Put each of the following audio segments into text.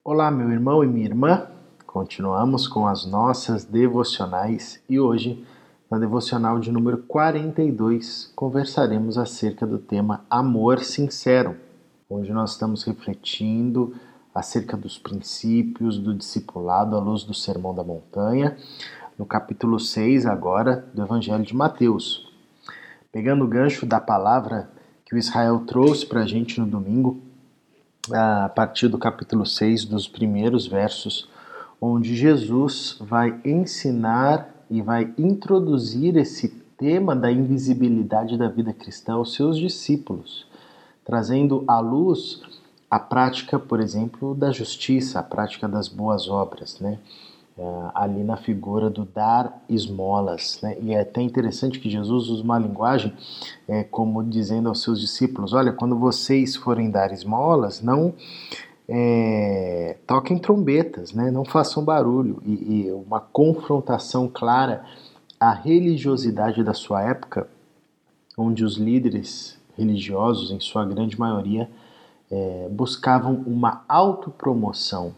Olá, meu irmão e minha irmã. Continuamos com as nossas devocionais e hoje, na devocional de número 42, conversaremos acerca do tema Amor Sincero. Hoje nós estamos refletindo acerca dos princípios do discipulado à luz do Sermão da Montanha, no capítulo 6 agora do Evangelho de Mateus. Pegando o gancho da palavra que o Israel trouxe para a gente no domingo, a partir do capítulo 6, dos primeiros versos, onde Jesus vai ensinar e vai introduzir esse tema da invisibilidade da vida cristã aos seus discípulos, trazendo à luz a prática, por exemplo, da justiça, a prática das boas obras, né? Ali na figura do dar esmolas, né? E é até interessante que Jesus usa uma linguagem como dizendo aos seus discípulos: olha, quando vocês forem dar esmolas, não toquem trombetas, né? Não façam barulho, e uma confrontação clara à religiosidade da sua época, onde os líderes religiosos, em sua grande maioria, buscavam uma autopromoção,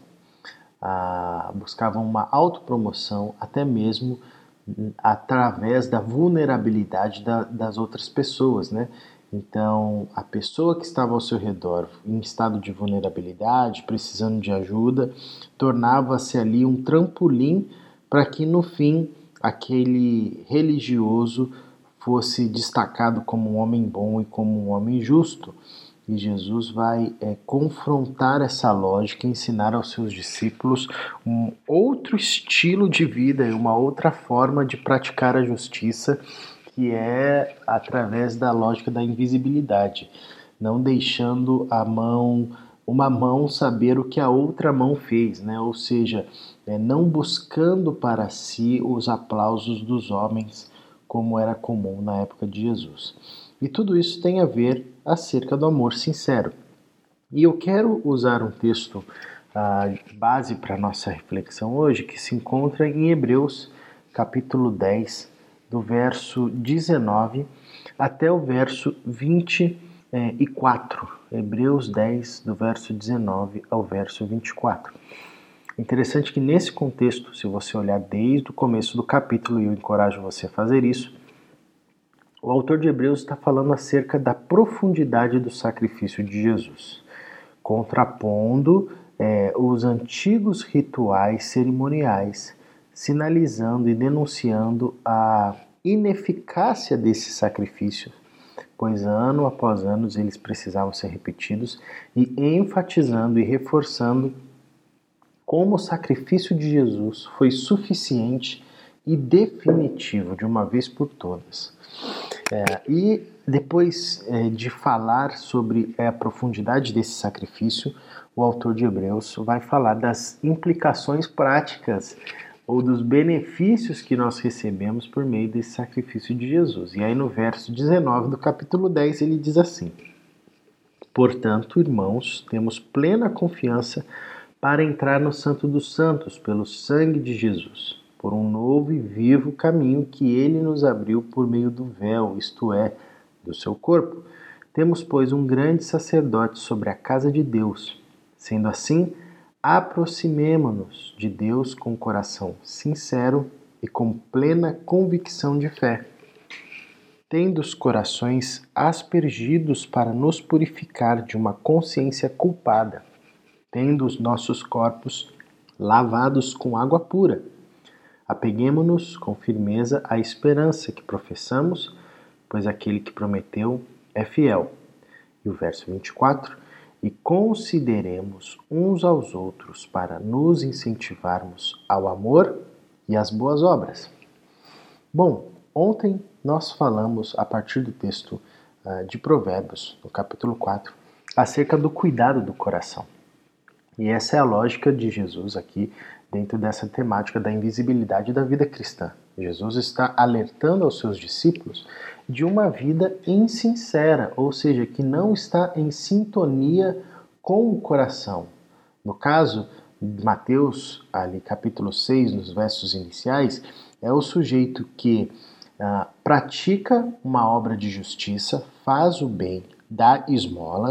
até mesmo através da vulnerabilidade das outras pessoas, né? Então, a pessoa que estava ao seu redor em estado de vulnerabilidade, precisando de ajuda, tornava-se ali um trampolim para que no fim aquele religioso fosse destacado como um homem bom e como um homem justo. E Jesus vai confrontar essa lógica e ensinar aos seus discípulos um outro estilo de vida e uma outra forma de praticar a justiça, que é através da lógica da invisibilidade, não deixando uma mão saber o que a outra mão fez, né? Ou seja, não buscando para si os aplausos dos homens, como era comum na época de Jesus. E tudo isso tem a ver acerca do amor sincero. E eu quero usar um texto base para a nossa reflexão hoje, que se encontra em Hebreus, capítulo 10, do verso 19 até o verso 24. Hebreus 10, do verso 19 ao verso 24. Interessante que nesse contexto, se você olhar desde o começo do capítulo, e eu encorajo você a fazer isso, o autor de Hebreus está falando acerca da profundidade do sacrifício de Jesus, contrapondo os antigos rituais cerimoniais, sinalizando e denunciando a ineficácia desse sacrifício, pois ano após ano eles precisavam ser repetidos, e enfatizando e reforçando como o sacrifício de Jesus foi suficiente e definitivo de uma vez por todas. E depois de falar sobre a profundidade desse sacrifício, o autor de Hebreus vai falar das implicações práticas ou dos benefícios que nós recebemos por meio desse sacrifício de Jesus. E aí no verso 19 do capítulo 10 ele diz assim: portanto, irmãos, temos plena confiança para entrar no Santo dos Santos pelo sangue de Jesus, por um novo e vivo caminho que ele nos abriu por meio do véu, isto é, do seu corpo. Temos, pois, um grande sacerdote sobre a casa de Deus. Sendo assim, aproximemo-nos de Deus com coração sincero e com plena convicção de fé, tendo os corações aspergidos para nos purificar de uma consciência culpada, tendo os nossos corpos lavados com água pura. Apeguemo-nos com firmeza à esperança que professamos, pois aquele que prometeu é fiel. E o verso 24: e consideremos uns aos outros para nos incentivarmos ao amor e às boas obras. Bom, ontem nós falamos, a partir do texto de Provérbios, no capítulo 4, acerca do cuidado do coração. E essa é a lógica de Jesus aqui, dentro dessa temática da invisibilidade da vida cristã. Jesus está alertando aos seus discípulos de uma vida insincera, ou seja, que não está em sintonia com o coração. No caso de Mateus, ali capítulo 6, nos versos iniciais, é o sujeito que pratica uma obra de justiça, faz o bem, dá esmolas,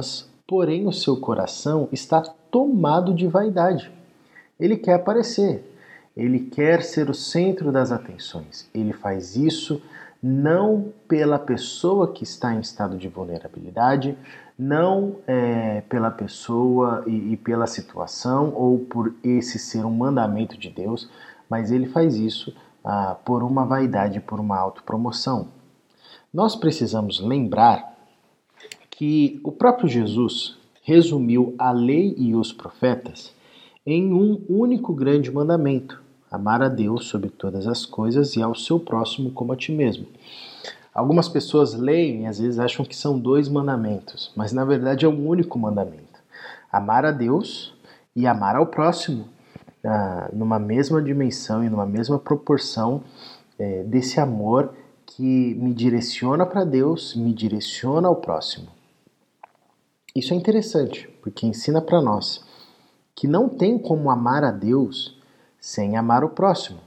porém o seu coração está tomado de vaidade. Ele quer aparecer, ele quer ser o centro das atenções. Ele faz isso não pela pessoa que está em estado de vulnerabilidade, não pela pessoa e pela situação ou por esse ser um mandamento de Deus, mas ele faz isso por uma vaidade, por uma autopromoção. Nós precisamos lembrar que o próprio Jesus resumiu a lei e os profetas em um único grande mandamento: amar a Deus sobre todas as coisas e ao seu próximo como a ti mesmo. Algumas pessoas leem e às vezes acham que são 2 mandamentos, mas na verdade é um único mandamento: amar a Deus e amar ao próximo, numa mesma dimensão e numa mesma proporção desse amor que me direciona para Deus, me direciona ao próximo. Isso é interessante, porque ensina para nós que não tem como amar a Deus sem amar o próximo.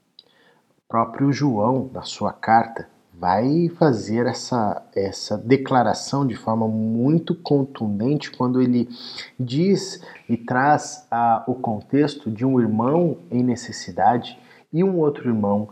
O próprio João, na sua carta, vai fazer essa declaração de forma muito contundente quando ele diz e traz o contexto de um irmão em necessidade e um outro irmão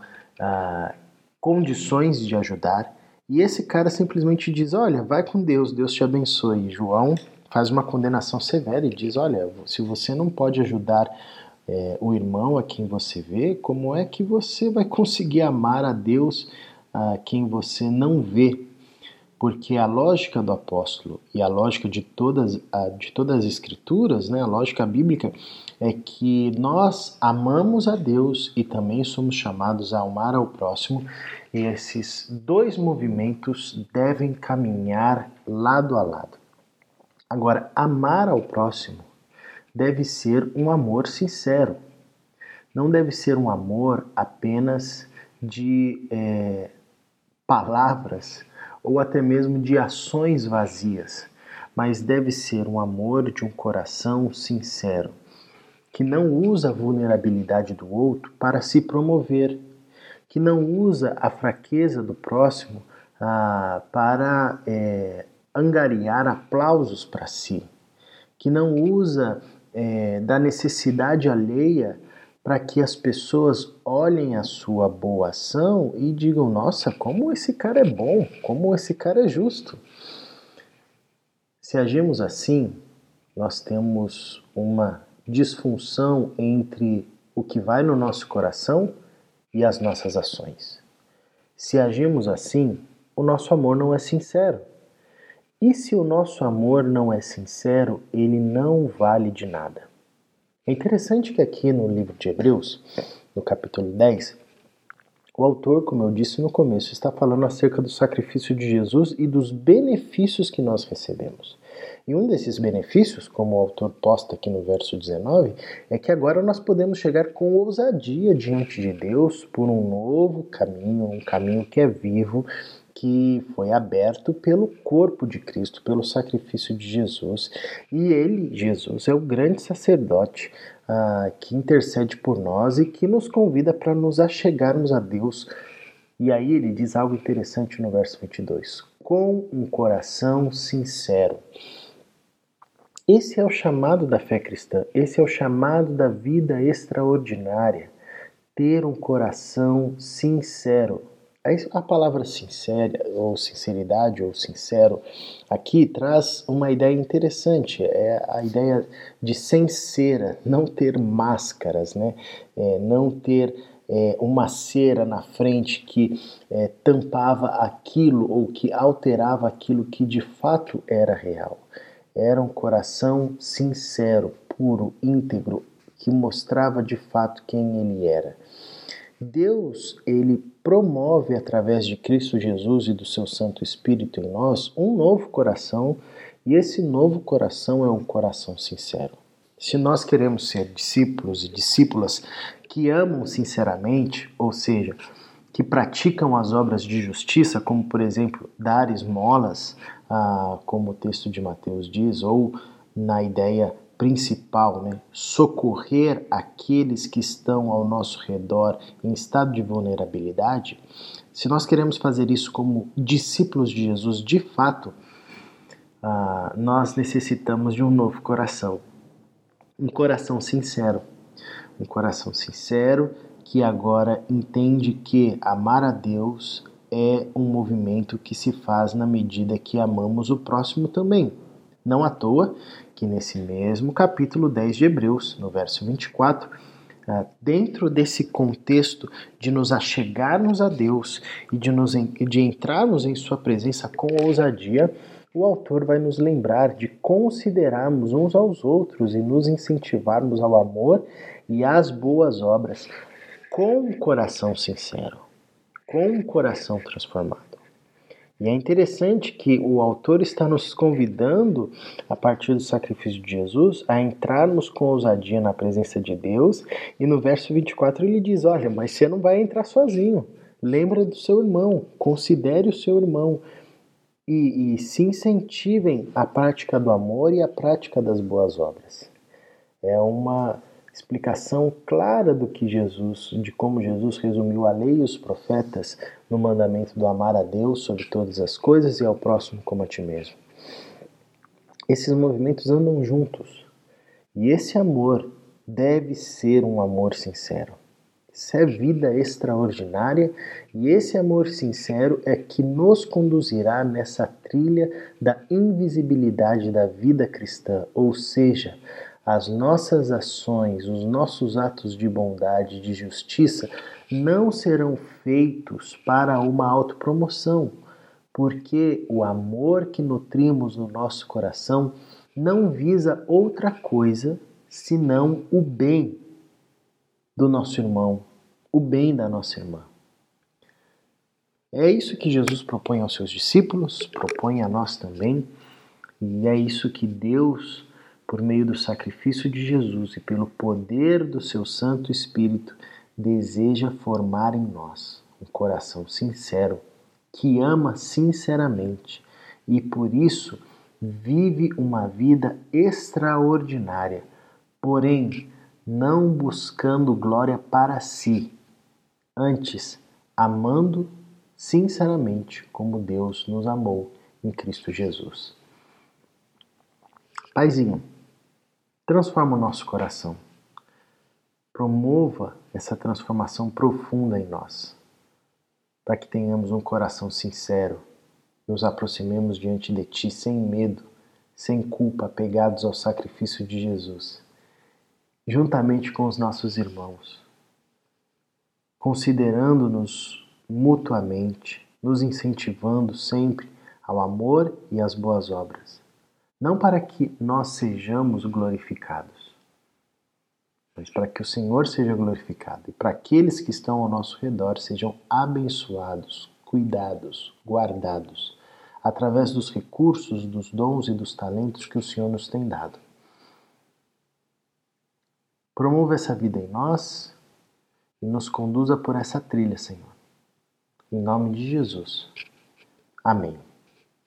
condições de ajudar, e esse cara simplesmente diz: olha, vai com Deus, Deus te abençoe. E João faz uma condenação severa e diz: olha, se você não pode ajudar o irmão a quem você vê, como é que você vai conseguir amar a Deus a quem você não vê? Porque a lógica do apóstolo e a lógica de todas as escrituras, né, a lógica bíblica, é que nós amamos a Deus e também somos chamados a amar ao próximo, e esses 2 movimentos devem caminhar lado a lado. Agora, amar ao próximo deve ser um amor sincero, não deve ser um amor apenas de palavras ou até mesmo de ações vazias, mas deve ser um amor de um coração sincero, que não usa a vulnerabilidade do outro para se promover, que não usa a fraqueza do próximo para angariar aplausos para si, que não usa da necessidade alheia para que as pessoas olhem a sua boa ação e digam: nossa, como esse cara é bom, como esse cara é justo. Se agimos assim, nós temos uma disfunção entre o que vai no nosso coração e as nossas ações. Se agimos assim, o nosso amor não é sincero. E se o nosso amor não é sincero, ele não vale de nada. É interessante que aqui no livro de Hebreus, no capítulo 10, o autor, como eu disse no começo, está falando acerca do sacrifício de Jesus e dos benefícios que nós recebemos. E um desses benefícios, como o autor posta aqui no verso 19, é que agora nós podemos chegar com ousadia diante de Deus por um novo caminho, um caminho que é vivo, que foi aberto pelo corpo de Cristo, pelo sacrifício de Jesus. E ele, Jesus, é o grande sacerdote que intercede por nós e que nos convida para nos achegarmos a Deus. E aí ele diz algo interessante no verso 22. Com um coração sincero. Esse é o chamado da fé cristã, esse é o chamado da vida extraordinária. Ter um coração sincero. A palavra sincera, ou sinceridade, ou sincero, aqui traz uma ideia interessante, é a ideia de sem cera, não ter máscaras, né? Não ter uma cera na frente que tampava aquilo ou que alterava aquilo que de fato era real. Era um coração sincero, puro, íntegro, que mostrava de fato quem ele era. Deus, ele promove através de Cristo Jesus e do seu Santo Espírito em nós um novo coração, e esse novo coração é um coração sincero. Se nós queremos ser discípulos e discípulas que amam sinceramente, ou seja, que praticam as obras de justiça, como por exemplo dar esmolas, como o texto de Mateus diz, ou na ideia principal, né? Socorrer aqueles que estão ao nosso redor em estado de vulnerabilidade. Se nós queremos fazer isso como discípulos de Jesus de fato, nós necessitamos de um novo coração. Um coração sincero. Um coração sincero que agora entende que amar a Deus é um movimento que se faz na medida que amamos o próximo também. Não à toa que nesse mesmo capítulo 10 de Hebreus, no verso 24, dentro desse contexto de nos achegarmos a Deus e de entrarmos em sua presença com ousadia, o autor vai nos lembrar de considerarmos uns aos outros e nos incentivarmos ao amor e às boas obras com um coração sincero, com um coração transformado. E é interessante que o autor está nos convidando, a partir do sacrifício de Jesus, a entrarmos com ousadia na presença de Deus. E no verso 24 ele diz, olha, mas você não vai entrar sozinho. Lembra do seu irmão, considere o seu irmão. E se incentivem a prática do amor e a prática das boas obras. É uma explicação clara de como Jesus resumiu a lei e os profetas no mandamento do amar a Deus sobre todas as coisas e ao próximo como a ti mesmo. Esses movimentos andam juntos e esse amor deve ser um amor sincero. Isso é vida extraordinária e esse amor sincero é que nos conduzirá nessa trilha da invisibilidade da vida cristã, ou seja, as nossas ações, os nossos atos de bondade, de justiça, não serão feitos para uma autopromoção, porque o amor que nutrimos no nosso coração não visa outra coisa senão o bem do nosso irmão, o bem da nossa irmã. É isso que Jesus propõe aos seus discípulos, propõe a nós também, e é isso que Deus, por meio do sacrifício de Jesus e pelo poder do seu Santo Espírito, deseja formar em nós um coração sincero, que ama sinceramente e por isso vive uma vida extraordinária, porém não buscando glória para si, antes amando sinceramente como Deus nos amou em Cristo Jesus. Paizinho, transforma o nosso coração. Promova essa transformação profunda em nós, para que tenhamos um coração sincero, nos aproximemos diante de Ti sem medo, sem culpa, apegados ao sacrifício de Jesus, juntamente com os nossos irmãos, considerando-nos mutuamente, nos incentivando sempre ao amor e às boas obras. Não para que nós sejamos glorificados, mas para que o Senhor seja glorificado e para aqueles que estão ao nosso redor sejam abençoados, cuidados, guardados, através dos recursos, dos dons e dos talentos que o Senhor nos tem dado. Promova essa vida em nós e nos conduza por essa trilha, Senhor. Em nome de Jesus. Amém.